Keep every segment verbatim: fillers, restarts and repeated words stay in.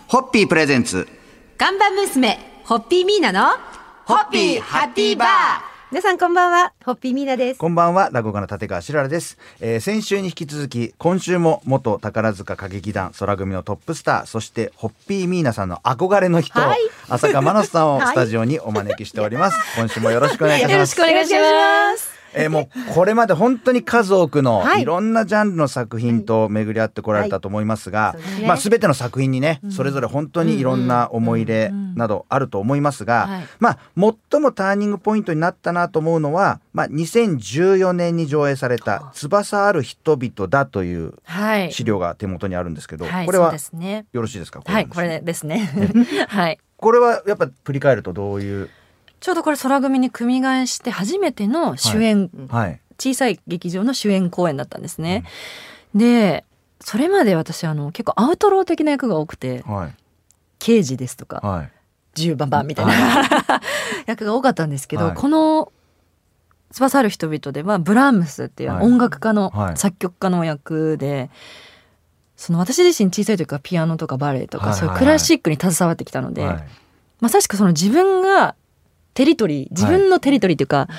ホッピープレゼンツ看板娘ホッピーミーナのホッピーハッピーバー。 皆さんこんばんは、ホッピーミーナです。 こんばんは、落語家の立川しららです、えー、先週に引き続き今週も元宝塚歌劇団空組のトップスター、そしてホッピーミーナさんの憧れの人、はい、浅香真乃さんをスタジオにお招きしております、はい、今週もよろしくお願いいたします。 よろしくお願いします。 えー、もうこれまで本当に数多くのいろんなジャンルの作品と巡り合ってこられたと思いますが、はいはい、まあ、全ての作品にね、うん、それぞれ本当にいろんな思い入れなどあると思いますが、うんうんうん、まあ、最もターニングポイントになったなと思うのは、まあ、にせんじゅうよねんに上映された翼ある人々だという資料が手元にあるんですけど、はい、これはよろしいですか？ はい、これですねはい、 これはやっぱ振り返るとどういう、 ちょうどこれ空組に組み替えして初めての主演、はいはい、小さい劇場の主演公演だったんですね、うん、でそれまで私あの結構アウトロー的な役が多くて、はい、刑事ですとか、はい、自由バンバンみたいな、はい、役が多かったんですけど、はい、この翼ある人々ではブラームスっていう音楽家の、はい、作曲家の役で、その私自身小さい時からピアノとかバレエとか、はいはいはい、そういうクラシックに携わってきたので、はい、まさしくその自分がテリトリー、自分のテリトリーというか、はい、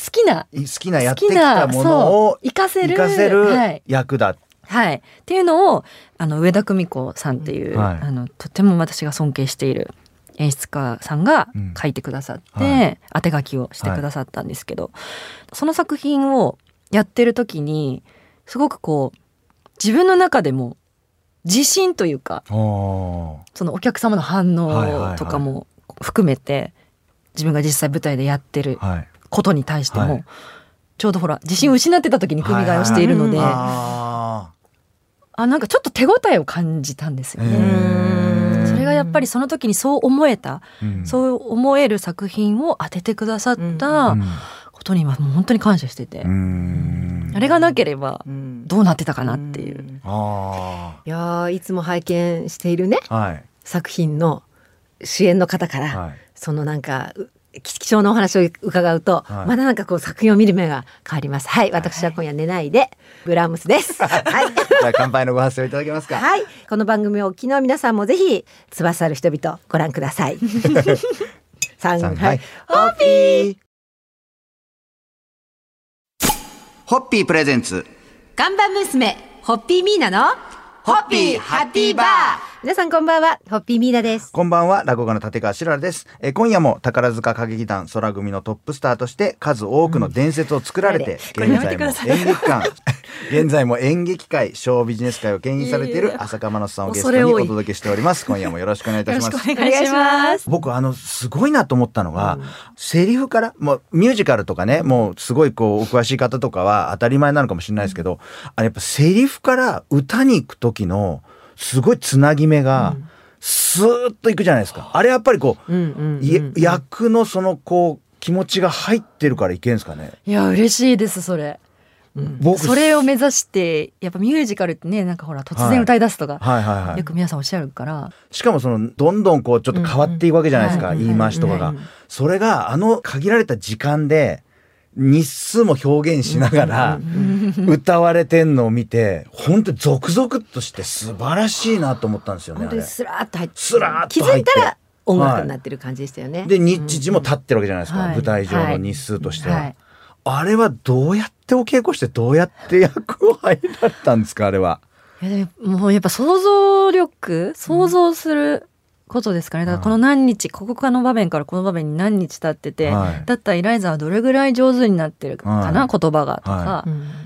好きな好きなやってきたものを活かせる、 活かせる役だ、 はいはい、っていうのをあの上田久美子さんっていう、はい、あのとても私が尊敬している演出家さんが書いてくださって、うんはい、当て書きをしてくださったんですけど、はい、その作品をやってる時にすごくこう自分の中でも自信というか、そのお客様の反応とかも含めて、はいはいはい、自分が実際舞台でやってることに対しても、はい、ちょうどほら自信を失ってた時に組み替えをしているので、はいはいはい、ああなんかちょっと手応えを感じたんですよね。それがやっぱりその時にそう思えた、うん、そう思える作品を当ててくださったことにはもう本当に感謝してて、うん、あれがなければどうなってたかなっていう、うん、 あいやいつも拝見しているね、はい、作品の主演の方から、はい、そのなんか貴重なお話を伺うと、はい、まだなんかこう作品を見る目が変わります。はい、私は今夜寝ないでブラームスですはい、 じゃあ乾杯のご発声をいただけますか？ はい、この番組をお聞きの皆さんもぜひ翼ある人々ご覧くださいさんはいホッピーホッピープレゼンツ看板娘ホッピーミーナのホッピーハッピーバー。 皆さんこんばんは、ホッピーミーナです。 こんばんは、落語家の立川しららです。え今夜も宝塚歌劇団空組のトップスターとして数多くの伝説を作られて、うん、現在も演劇館現在も演劇界ショービジネス界を牽引されている浅香真乃さんをゲストにお届けしております。今夜もよろしくお願いいたします。 よろしくお願いします。 僕あのすごいなと思ったのが、うん、セリフからもうミュージカルとかね、もうすごいこうお詳しい方とかは当たり前なのかもしれないですけど、うん、あれやっぱセリフから歌に行く時のすごいつなぎ目がスーッといくじゃないですか。あれやっぱりこう、うんうんうんうん、役のそのこう気持ちが入ってるからいけるんですかね。 いや嬉しいですそれ、うん、僕それを目指してやっぱミュージカルってね、なんかほら突然歌い出すとか、はいはいはいはい、よく皆さんおっしゃるから、 しかもそのどんどんこうちょっと変わっていくわけじゃないですか、うんうん、言い回しとかが、うんうん、それがあの限られた時間で日数も表現しながら歌われてんのを見て本当にゾクゾクっとして素晴らしいなと思ったんですよね。 本当にスラーっと入ってスラーっと気づいたら音楽になってる感じでしたよね、はい、 で日時も経ってるわけじゃないですか、うん、舞台上の日数としては、はいはい、あれはどうやってお稽古してどうやって役を入られたんですか？あれは。 いやでももうやっぱ想像力想像することですかね。だからこの何日、ここの場面からこの場面に何日経ってて、はい、だったらイライザはどれぐらい上手になってるかな、はい、言葉がとか、はい、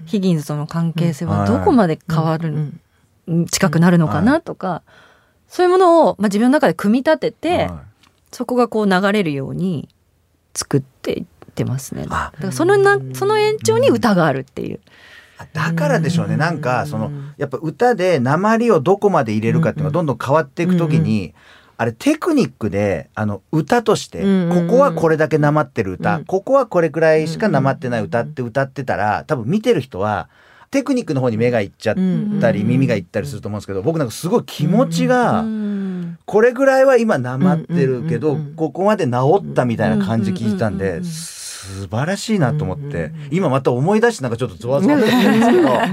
ヒギンズとの関係性はどこまで変わる、はい、近くなるのかなとか、はい、そういうものを、まあ、自分の中で組み立てて、はい、そこがこう流れるように作っていってますね。だからそのなその延長に歌があるっていう。 だからでしょうね。なんかそのやっぱ歌で訛りをどこまで入れるかっていうのがどんどん変わっていくときに、あれテクニックであの歌としてここはこれだけなまってる歌、ここはこれくらいしかなまってない歌って歌ってたら、多分見てる人はテクニックの方に目がいっちゃったり耳がいったりすると思うんですけど、僕なんかすごい気持ちがこれぐらいは今なまってるけどここまで治ったみたいな感じ聞いてたんで、素晴らしいなと思って今また思い出してなんかちょっとゾワゾワってるんですけど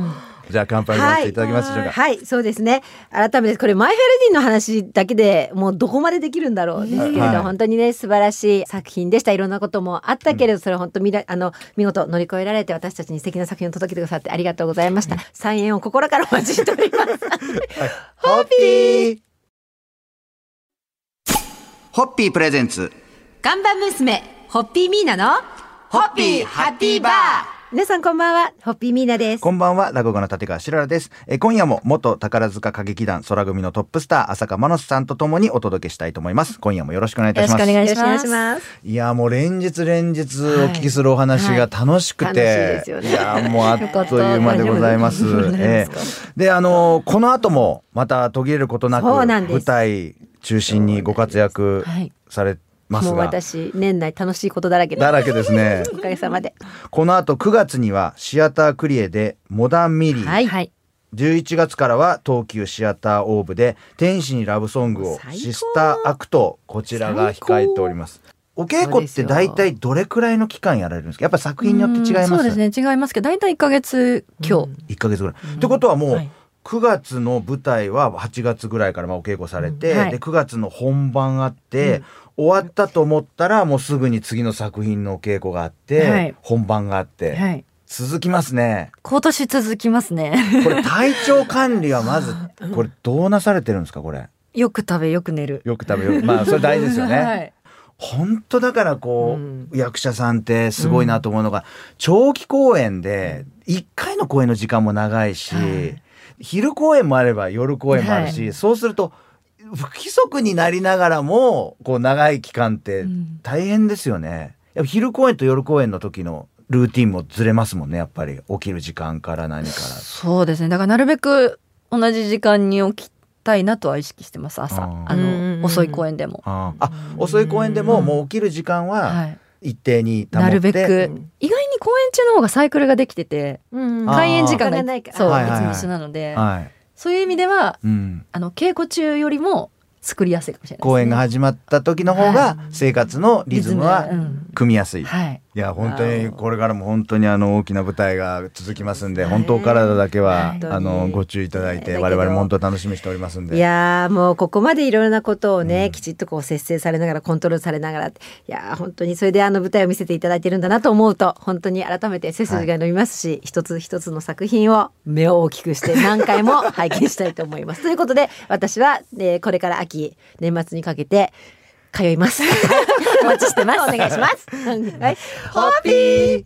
じゃあ乾杯をしていただきますでしょうか。 はい、はい、そうですね。改めてこれマイ・フェルディの話だけでもうどこまでできるんだろうですけれど、はい、本当にね素晴らしい作品でした。いろんなこともあったけれど、うん、それ本当みあの見事乗り越えられて私たちに素敵な作品を届けてくださってありがとうございました。再演を心からお待ちしております。 ホッピーホッピープレゼンツ看板娘ホッピーミーナのホッピーハッピーバー。 皆さんこんばんは、ホッピーミーナです。 こんばんは、落語家の立川しららです。え今夜も元宝塚歌劇団空組のトップスター浅香真乃さんとともにお届けしたいと思います。今夜もよろしくお願いいたします。 よろしくお願いします。 いやもう連日連日お聞きするお話が楽しくて、はいはい、いやもうあっという間でございます。えー、であのこの後もまた途切れることなく舞台中心にご活躍されてますが、 もう私年内楽しいことだらけです。 だらけですね。 おかげさまで。 この後くがつにはシアタークリエでモダンミリー、はい、じゅういちがつからは東急シアターオーブで天使にラブソングをシスターアクト、こちらが控えております。お稽古って大体どれくらいの期間やられるんですか？やっぱ作品によって違います？ そうですね、違いますけど大体いっかげつ強、 いっかげつぐらい、うん、ってことはもう、はい、くがつの舞台ははちがつぐらいからまあお稽古されて、うんはい、でくがつの本番あって、うん、終わったと思ったらもうすぐに次の作品のお稽古があって、はい、本番があって、はい、続きますね。 今年続きますね。 これ体調管理はまずこれどうなされてるんですか？これよく食べよく寝る。 よく食べよくまあそれ大事ですよね。はい、本当だからこう、うん、役者さんってすごいなと思うのが、うん、長期公演でいっかいの公演の時間も長いし、はい、昼公演もあれば夜公演もあるし、はい、そうすると不規則になりながらもこう長い期間って大変ですよね。やっぱ昼公演と夜公演の時のルーティンもずれますもんね。やっぱり起きる時間から何から。 そうですね、だからなるべく同じ時間に起きたいなとは意識してます。朝あの遅い公演でもああ遅い公演でももう起きる時間は一定に保って、 なるべく意外に公演中の方がサイクルができてて、開演時間がないからそう別に一緒なので、はい、そういう意味では、うん、あの稽古中よりも作りやすいかもしれないですね。 公演が始まった時の方が生活のリズムは組みやすい、はい、いや本当にこれからも本当にあの大きな舞台が続きますんで、本当お体だけはあのご注意いただいて、我々も本当楽しみにしておりますんで。 いやもうここまでいろいろなことをね、うん、きちっとこう節制されながらコントロールされながら、いや本当にそれであの舞台を見せていただいてるんだなと思うと本当に改めて背筋が伸びますし、はい、一つ一つの作品を目を大きくして何回も拝見したいと思います。ということで私は、えー、これから秋年末にかけて通います。お待ちしてます。お願いします。はい、 ホッピー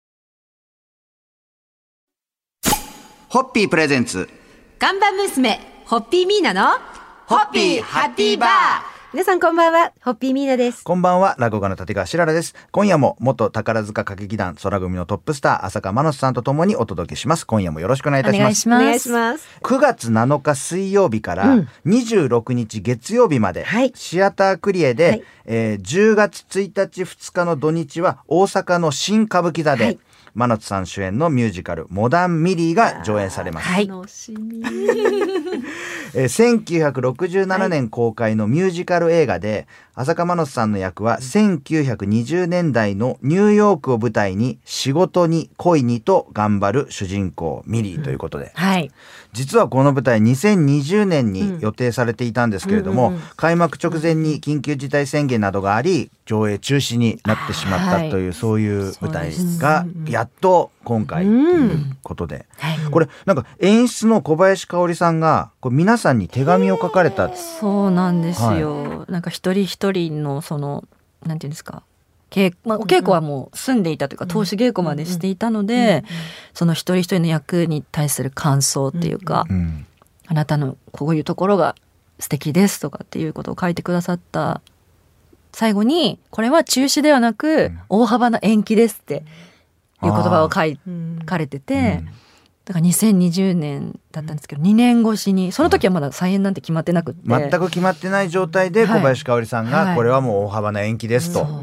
ホッピープレゼンツ看板娘ホッピーミーナのホッピーハッピーバー。 皆さんこんばんは、ホッピーミーナです。 こんばんは、落語家の立川しららです。今夜も元宝塚歌劇団空組のトップスター浅香真乃さんとともにお届けします。今夜もよろしくお願いいたします。 お願いします。 くがつなのか水曜日からにじゅうろくにち月曜日まで、うん、シアタークリエで、はい、えー、じゅうがつついたちふつかの土日は大阪の新歌舞伎座で、はい、真乃さん主演のミュージカルモダンミリーが上演されます。 楽しみ。 えー、せんきゅうひゃくろくじゅうななねん公開のミュージカル映画で、浅香真乃さんの役はせんきゅうひゃくにじゅうねんだいのニューヨークを舞台に仕事に恋にと頑張る主人公ミリーということで、うんはい、実はこの舞台にせんにじゅうねんに予定されていたんですけれども、うんうんうん、開幕直前に緊急事態宣言などがあり上映中止になってしまったという、はい、そういう舞台がやっと今回ということで、うん、これなんか演出の小林香織さんがこれ皆さんに手紙を書かれた。 そうなんですよ、はい、なんか一人一人のそのなんていうんですか、稽、まあ、お稽古はもう済んでいたというか、うん、投資稽古までしていたので、うんうん、その一人一人の役に対する感想っていうか、うん、あなたのこういうところが素敵ですとかっていうことを書いてくださった最後に、これは中止ではなく、うん、大幅な延期ですっていう言葉を書かれてて、うん、だからにせんにじゅうねんだったんですけど、にねんごしに、その時はまだ再演なんて決まってなくって、 全く決まってない状態で小林香織さんがこれはもう大幅な延期ですと、はいはい、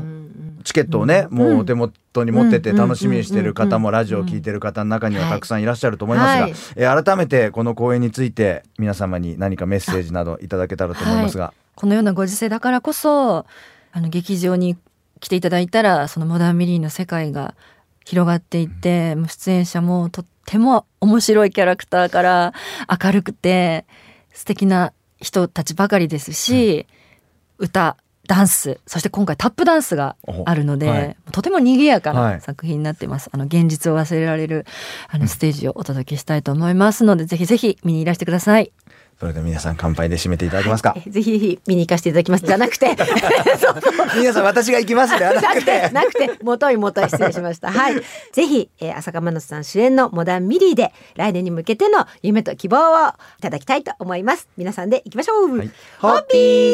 チケットをね、うん、もうお手元に持ってて楽しみにしてる方もラジオを聞いてる方の中にはたくさんいらっしゃると思いますが、はい、えー、改めてこの公演について皆様に何かメッセージなどいただけたらと思いますが、はい、 このようなご時世だからこそあの劇場に来ていただいたら、そのモダンミリーの世界が広がっていって、うん、出演者もとっても面白いキャラクターから明るくて素敵な人たちばかりですし、うん、歌ダンスそして今回タップダンスがあるので、はい、とても賑やかな作品になってます、はい、あの現実を忘れられるあのステージをお届けしたいと思いますので、うん、ぜひぜひ見にいらしてください。 それでは皆さん乾杯で締めていただけますか。 ぜひぜひ見に行かせていただきますじゃなくてそうそう皆さん私が行きますではなくてなくてもといもとい失礼しましたはいぜひ、えー、朝香真夏さん主演のモダンミリーで来年に向けての夢と希望をいただきたいと思います。皆さんで行きましょう、はい、ホッピー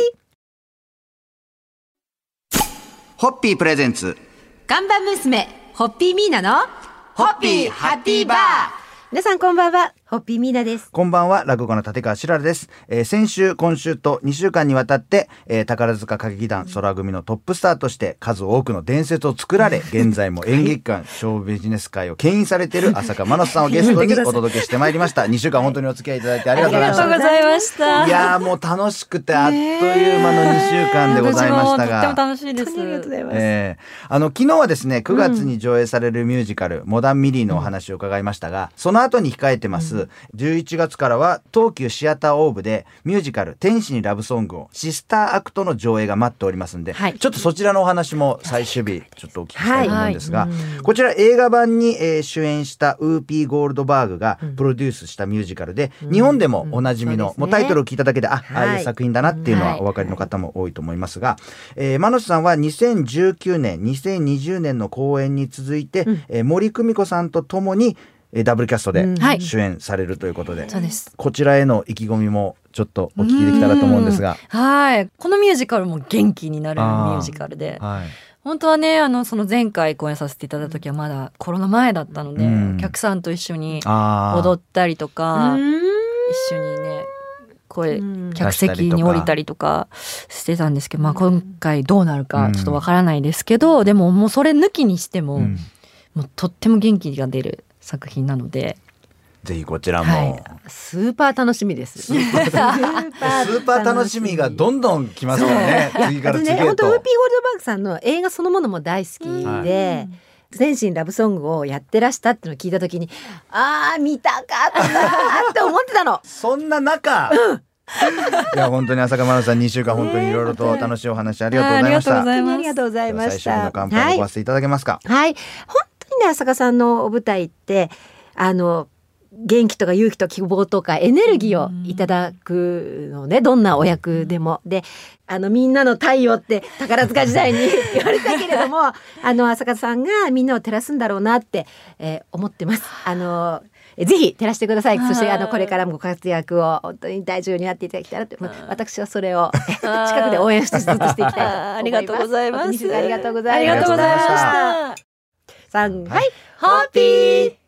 ホッピープレゼンツ看板娘ホッピーミーナのホッピーハッピーバー。 皆さんこんばんは、ホッピーミーナです。 こんばんは、落語家の立川しららです、えー、先週今週とにしゅうかんにわたって、えー、宝塚歌劇団空組のトップスターとして数多くの伝説を作られ現在も演劇界ショービジネス界を牽引されている朝香真夏さんをゲストにお届けしてまいりましたにしゅうかん本当にお付き合いいただいてありがとうございました。 ありがとうございました。 いやもう楽しくてあっという間のにしゅうかんでございましたが、 とっても楽しいです。 ありがとうございます、 えー、あの昨日はですねくがつに上映されるミュージカル、うん、モダンミリーのお話を伺いましたが、その後に控えてます、うん、じゅういちがつからは東急シアターオーブでミュージカル天使にラブソングをシスターアクトの上映が待っておりますんで、はい、ちょっとそちらのお話も最終日ちょっとお聞きしたいと思うんですが、はいはい、こちら映画版に、えー、主演したウーピーゴールドバーグがプロデュースしたミュージカルで、うん、日本でもおなじみの、うん、もうタイトルを聞いただけであ、はい、ああいう作品だなっていうのはお分かりの方も多いと思いますが、はいえー、真野さんはにせんじゅうきゅうねんにせんにじゅうねんの公演に続いて、うんえー、森久美子さんとともにダブルキャストで主演されるということで、うんはい、こちらへの意気込みもちょっとお聞きできたらと思うんですが、 はいこのミュージカルも元気になるミュージカルで、はい、本当はねあのその前回公演させていただいた時はまだコロナ前だったので、うん、お客さんと一緒に踊ったりとか一緒にね声客席に降りたりとかしてたんですけど、まあ、今回どうなるかちょっとわからないですけど、うん、でももうそれ抜きにしても、うん、もうとっても元気が出る作品なのでぜひこちらも、はい、 スーパー楽しみですスーパー楽しみがどんどん来ますからね次から次へと、ね、 本当ウーピーゴールドバーグさんの映画そのものも大好きで、うん全身ラブソングをやってらしたってのを聞いた時にあー見たかったって思ってたのそんな中、うん、いや本当に朝香真奈さんにしゅうかん本当にいろいろと楽しいお話ありがとうございました。 ありがとうございました。 最初の乾杯をごわせていただけますか。 はい、はい、本当にね朝香さんのお舞台ってあの元気とか勇気とか希望とかエネルギーをいただくのね、どんなお役でもであのみんなの太陽って宝塚時代に言われたけれどもあの朝香さんがみんなを照らすんだろうなって、えー、思ってます。あのぜひ照らしてください。そしてあのこれからもご活躍を本当に大事になっていただきたいなと私はそれを近くで応援しつつしていきたいと思います。 ありがとうございます。 ありがとうございました。 ありがとうございました。 さんはいホッピー